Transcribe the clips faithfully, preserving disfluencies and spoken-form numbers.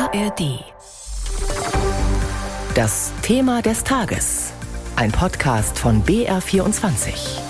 A R D. Das Thema des Tages. Ein Podcast von B R vierundzwanzig.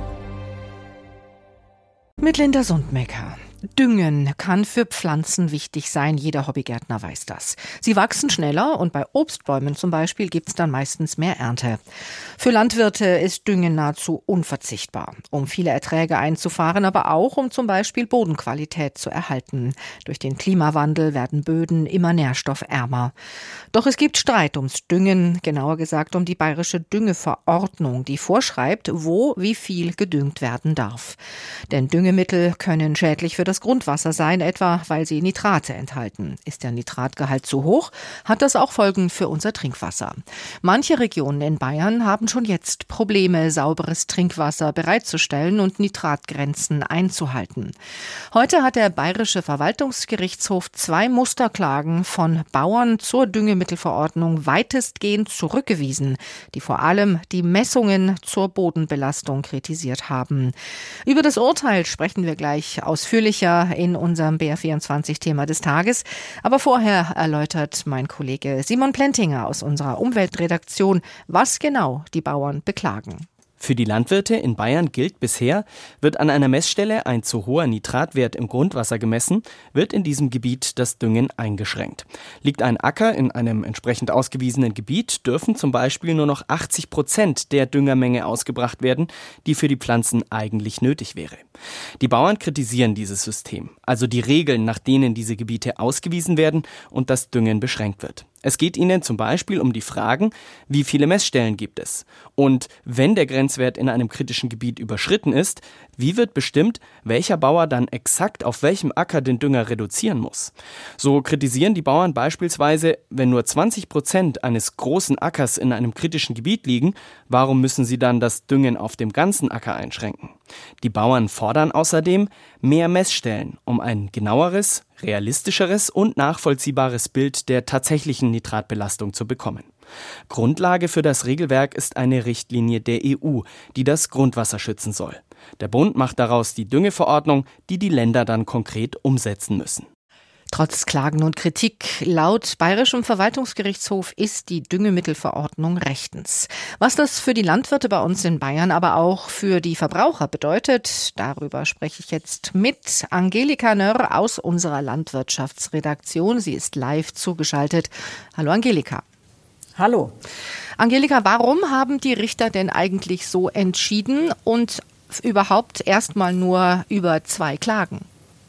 Mit Linda Sundmecker. Düngen kann für Pflanzen wichtig sein, jeder Hobbygärtner weiß das. Sie wachsen schneller und bei Obstbäumen zum Beispiel gibt's dann meistens mehr Ernte. Für Landwirte ist Düngen nahezu unverzichtbar, um viele Erträge einzufahren, aber auch um zum Beispiel Bodenqualität zu erhalten. Durch den Klimawandel werden Böden immer nährstoffärmer. Doch es gibt Streit ums Düngen, genauer gesagt um die bayerische Düngeverordnung, die vorschreibt, wo wie viel gedüngt werden darf. Denn Düngemittel können schädlich für das Grundwasser sein, etwa weil sie Nitrate enthalten. Ist der Nitratgehalt zu hoch, hat das auch Folgen für unser Trinkwasser. Manche Regionen in Bayern haben schon jetzt Probleme, sauberes Trinkwasser bereitzustellen und Nitratgrenzen einzuhalten. Heute hat der Bayerische Verwaltungsgerichtshof zwei Musterklagen von Bauern zur Düngemittelverordnung weitestgehend zurückgewiesen, die vor allem die Messungen zur Bodenbelastung kritisiert haben. Über das Urteil sprechen wir gleich ausführlich in unserem B R vierundzwanzig-Thema des Tages. Aber vorher erläutert mein Kollege Simon Plentinger aus unserer Umweltredaktion, was genau die Bauern beklagen. Für die Landwirte in Bayern gilt bisher, wird an einer Messstelle ein zu hoher Nitratwert im Grundwasser gemessen, wird in diesem Gebiet das Düngen eingeschränkt. Liegt ein Acker in einem entsprechend ausgewiesenen Gebiet, dürfen zum Beispiel nur noch achtzig Prozent der Düngermenge ausgebracht werden, die für die Pflanzen eigentlich nötig wäre. Die Bauern kritisieren dieses System, also die Regeln, nach denen diese Gebiete ausgewiesen werden und das Düngen beschränkt wird. Es geht ihnen zum Beispiel um die Fragen, wie viele Messstellen gibt es? Und wenn der Grenzwert in einem kritischen Gebiet überschritten ist, wie wird bestimmt, welcher Bauer dann exakt auf welchem Acker den Dünger reduzieren muss? So kritisieren die Bauern beispielsweise, wenn nur zwanzig Prozent eines großen Ackers in einem kritischen Gebiet liegen, warum müssen sie dann das Düngen auf dem ganzen Acker einschränken? Die Bauern fordern außerdem mehr Messstellen, um ein genaueres, realistischeres und nachvollziehbares Bild der tatsächlichen Nitratbelastung zu bekommen. Grundlage für das Regelwerk ist eine Richtlinie der E U, die das Grundwasser schützen soll. Der Bund macht daraus die Düngeverordnung, die die Länder dann konkret umsetzen müssen. Trotz Klagen und Kritik, laut Bayerischem Verwaltungsgerichtshof ist die Düngemittelverordnung rechtens. Was das für die Landwirte bei uns in Bayern, aber auch für die Verbraucher bedeutet, darüber spreche ich jetzt mit Angelika Nörr aus unserer Landwirtschaftsredaktion. Sie ist live zugeschaltet. Hallo Angelika. Hallo. Angelika, warum haben die Richter denn eigentlich so entschieden und überhaupt erstmal nur über zwei Klagen?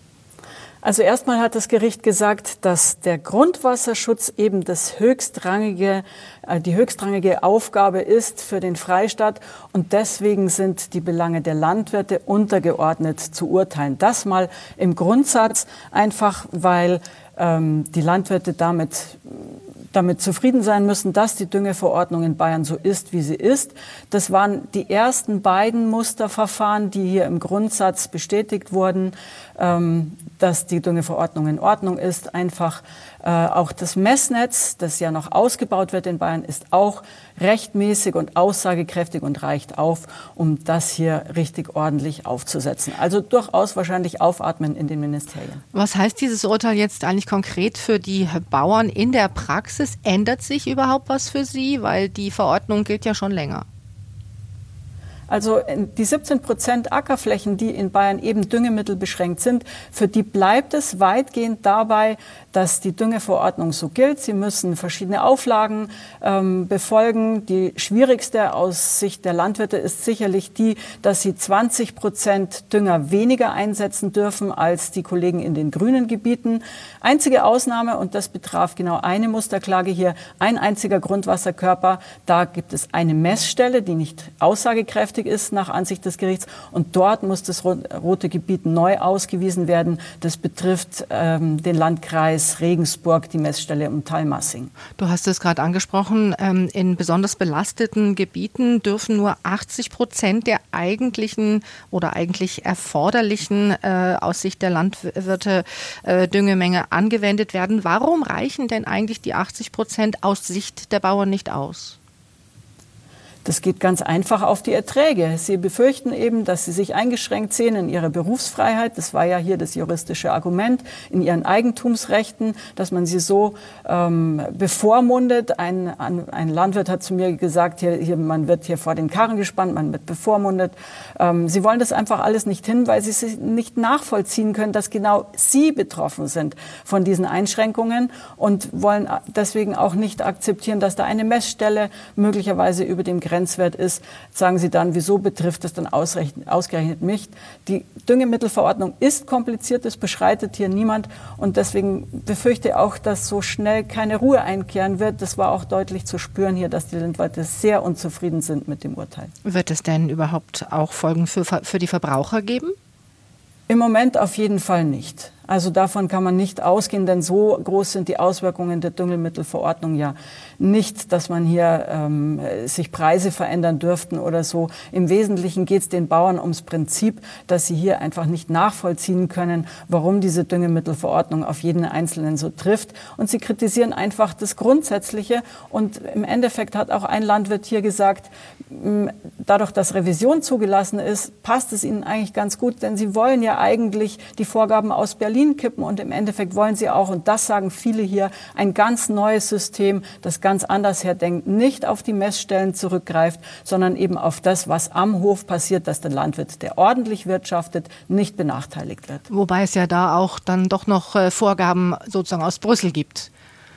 Also erstmal hat das Gericht gesagt, dass der Grundwasserschutz eben das höchstrangige, die höchstrangige Aufgabe ist für den Freistaat und deswegen sind die Belange der Landwirte untergeordnet zu urteilen. Das mal im Grundsatz, einfach weil ähm, die Landwirte damit damit zufrieden sein müssen, dass die Düngeverordnung in Bayern so ist, wie sie ist. Das waren die ersten beiden Musterverfahren, die hier im Grundsatz bestätigt wurden, ähm, dass die Düngeverordnung in Ordnung ist. Einfach äh, auch das Messnetz, das ja noch ausgebaut wird in Bayern, ist auch rechtmäßig und aussagekräftig und reicht auf, um das hier richtig ordentlich aufzusetzen. Also durchaus wahrscheinlich aufatmen in den Ministerien. Was heißt dieses Urteil jetzt eigentlich konkret für die Bauern in der Praxis? Ändert sich überhaupt was für sie? Weil die Verordnung gilt ja schon länger. Also die siebzehn Prozent Ackerflächen, die in Bayern eben düngemittelbeschränkt sind, für die bleibt es weitgehend dabei, dass die Düngeverordnung so gilt. Sie müssen verschiedene Auflagen ähm, befolgen. Die schwierigste aus Sicht der Landwirte ist sicherlich die, dass sie zwanzig Prozent Dünger weniger einsetzen dürfen als die Kollegen in den grünen Gebieten. Einzige Ausnahme, und das betraf genau eine Musterklage hier, ein einziger Grundwasserkörper. Da gibt es eine Messstelle, die nicht aussagekräftig ist nach Ansicht des Gerichts. Und dort muss das rote Gebiet neu ausgewiesen werden. Das betrifft ähm, den Landkreis Regensburg, die Messstelle um Talmassing. Du hast es gerade angesprochen, ähm, in besonders belasteten Gebieten dürfen nur achtzig Prozent der eigentlichen oder eigentlich erforderlichen äh, aus Sicht der Landwirte äh, Düngemenge angewendet werden. Warum reichen denn eigentlich die achtzig Prozent aus Sicht der Bauern nicht aus? Das geht ganz einfach auf die Erträge. Sie befürchten eben, dass sie sich eingeschränkt sehen in ihrer Berufsfreiheit. Das war ja hier das juristische Argument, in ihren Eigentumsrechten, dass man sie so ähm, bevormundet. Ein, ein, ein Landwirt hat zu mir gesagt, hier, hier, man wird hier vor den Karren gespannt, man wird bevormundet. Ähm, sie wollen das einfach alles nicht hin, weil sie sich nicht nachvollziehen können, dass genau sie betroffen sind von diesen Einschränkungen und wollen deswegen auch nicht akzeptieren, dass da eine Messstelle möglicherweise über dem Grenzwert ist. Sagen Sie dann, wieso betrifft das dann ausgerechnet mich? Die Düngemittelverordnung ist kompliziert, das beschreitet hier niemand und deswegen befürchte ich auch, dass so schnell keine Ruhe einkehren wird. Das war auch deutlich zu spüren hier, dass die Landwirte sehr unzufrieden sind mit dem Urteil. Wird es denn überhaupt auch Folgen für, für die Verbraucher geben? Im Moment auf jeden Fall nicht. Also davon kann man nicht ausgehen, denn so groß sind die Auswirkungen der Düngemittelverordnung ja nicht, dass man hier ähm, sich Preise verändern dürften oder so. Im Wesentlichen geht es den Bauern ums Prinzip, dass sie hier einfach nicht nachvollziehen können, warum diese Düngemittelverordnung auf jeden Einzelnen so trifft. Und sie kritisieren einfach das Grundsätzliche. Und im Endeffekt hat auch ein Landwirt hier gesagt, dadurch, dass Revision zugelassen ist, passt es ihnen eigentlich ganz gut, denn sie wollen ja eigentlich die Vorgaben aus Berlin kippen und im Endeffekt wollen sie auch, und das sagen viele hier, ein ganz neues System, das ganz anders herdenkt, nicht auf die Messstellen zurückgreift, sondern eben auf das, was am Hof passiert, dass der Landwirt, der ordentlich wirtschaftet, nicht benachteiligt wird. Wobei es ja da auch dann doch noch äh, Vorgaben sozusagen aus Brüssel gibt.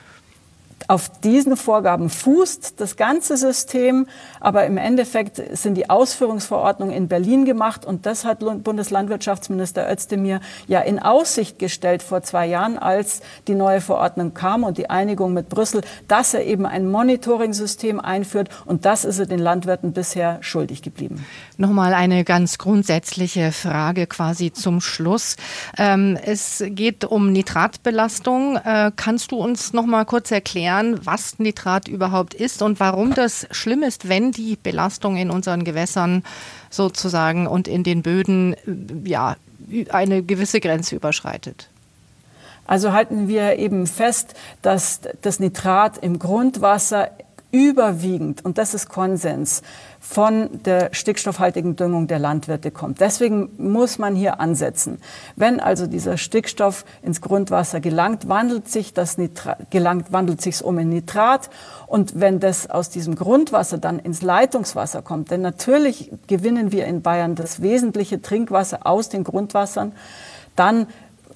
Auf diesen Vorgaben fußt das ganze System, aber im Endeffekt sind die Ausführungsverordnungen in Berlin gemacht und das hat Bundeslandwirtschaftsminister Özdemir ja in Aussicht gestellt vor zwei Jahren, als die neue Verordnung kam und die Einigung mit Brüssel, dass er eben ein Monitoring-System einführt und das ist er den Landwirten bisher schuldig geblieben. Nochmal eine ganz grundsätzliche Frage quasi zum Schluss. Ähm, es geht um Nitratbelastung. Äh, kannst du uns noch mal kurz erklären, was Nitrat überhaupt ist und warum das schlimm ist, wenn die Belastung in unseren Gewässern sozusagen und in den Böden ja, eine gewisse Grenze überschreitet? Also halten wir eben fest, dass das Nitrat im Grundwasser überwiegend, und das ist Konsens, von der stickstoffhaltigen Düngung der Landwirte kommt. Deswegen muss man hier ansetzen. Wenn also dieser Stickstoff ins Grundwasser gelangt, wandelt sich das Nitrat, gelangt, wandelt sich's um in Nitrat. Und wenn das aus diesem Grundwasser dann ins Leitungswasser kommt, denn natürlich gewinnen wir in Bayern das wesentliche Trinkwasser aus den Grundwassern, dann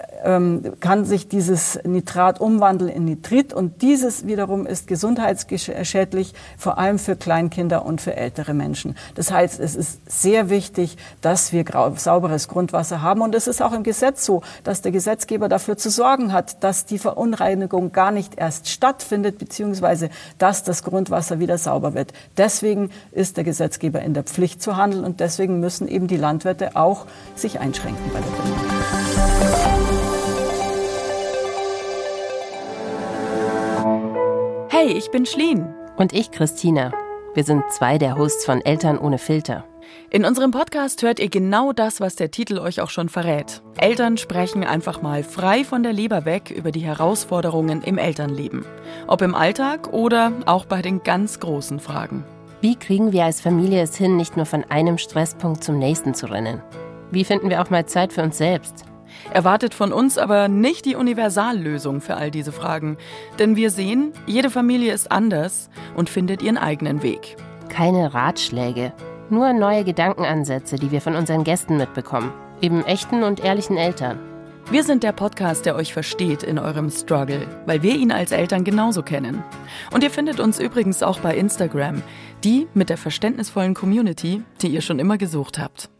kann sich dieses Nitrat umwandeln in Nitrit und dieses wiederum ist gesundheitsschädlich, vor allem für Kleinkinder und für ältere Menschen. Das heißt, es ist sehr wichtig, dass wir sauberes Grundwasser haben und es ist auch im Gesetz so, dass der Gesetzgeber dafür zu sorgen hat, dass die Verunreinigung gar nicht erst stattfindet, beziehungsweise dass das Grundwasser wieder sauber wird. Deswegen ist der Gesetzgeber in der Pflicht zu handeln und deswegen müssen eben die Landwirte auch sich einschränken bei der Düngung. Hey, ich bin Schleen. Und ich, Christina. Wir sind zwei der Hosts von Eltern ohne Filter. In unserem Podcast hört ihr genau das, was der Titel euch auch schon verrät. Eltern sprechen einfach mal frei von der Leber weg über die Herausforderungen im Elternleben. Ob im Alltag oder auch bei den ganz großen Fragen. Wie kriegen wir als Familie es hin, nicht nur von einem Stresspunkt zum nächsten zu rennen? Wie finden wir auch mal Zeit für uns selbst? Erwartet von uns aber nicht die Universallösung für all diese Fragen. Denn wir sehen, jede Familie ist anders und findet ihren eigenen Weg. Keine Ratschläge, nur neue Gedankenansätze, die wir von unseren Gästen mitbekommen. Eben echten und ehrlichen Eltern. Wir sind der Podcast, der euch versteht in eurem Struggle, weil wir ihn als Eltern genauso kennen. Und ihr findet uns übrigens auch bei Instagram, die mit der verständnisvollen Community, die ihr schon immer gesucht habt.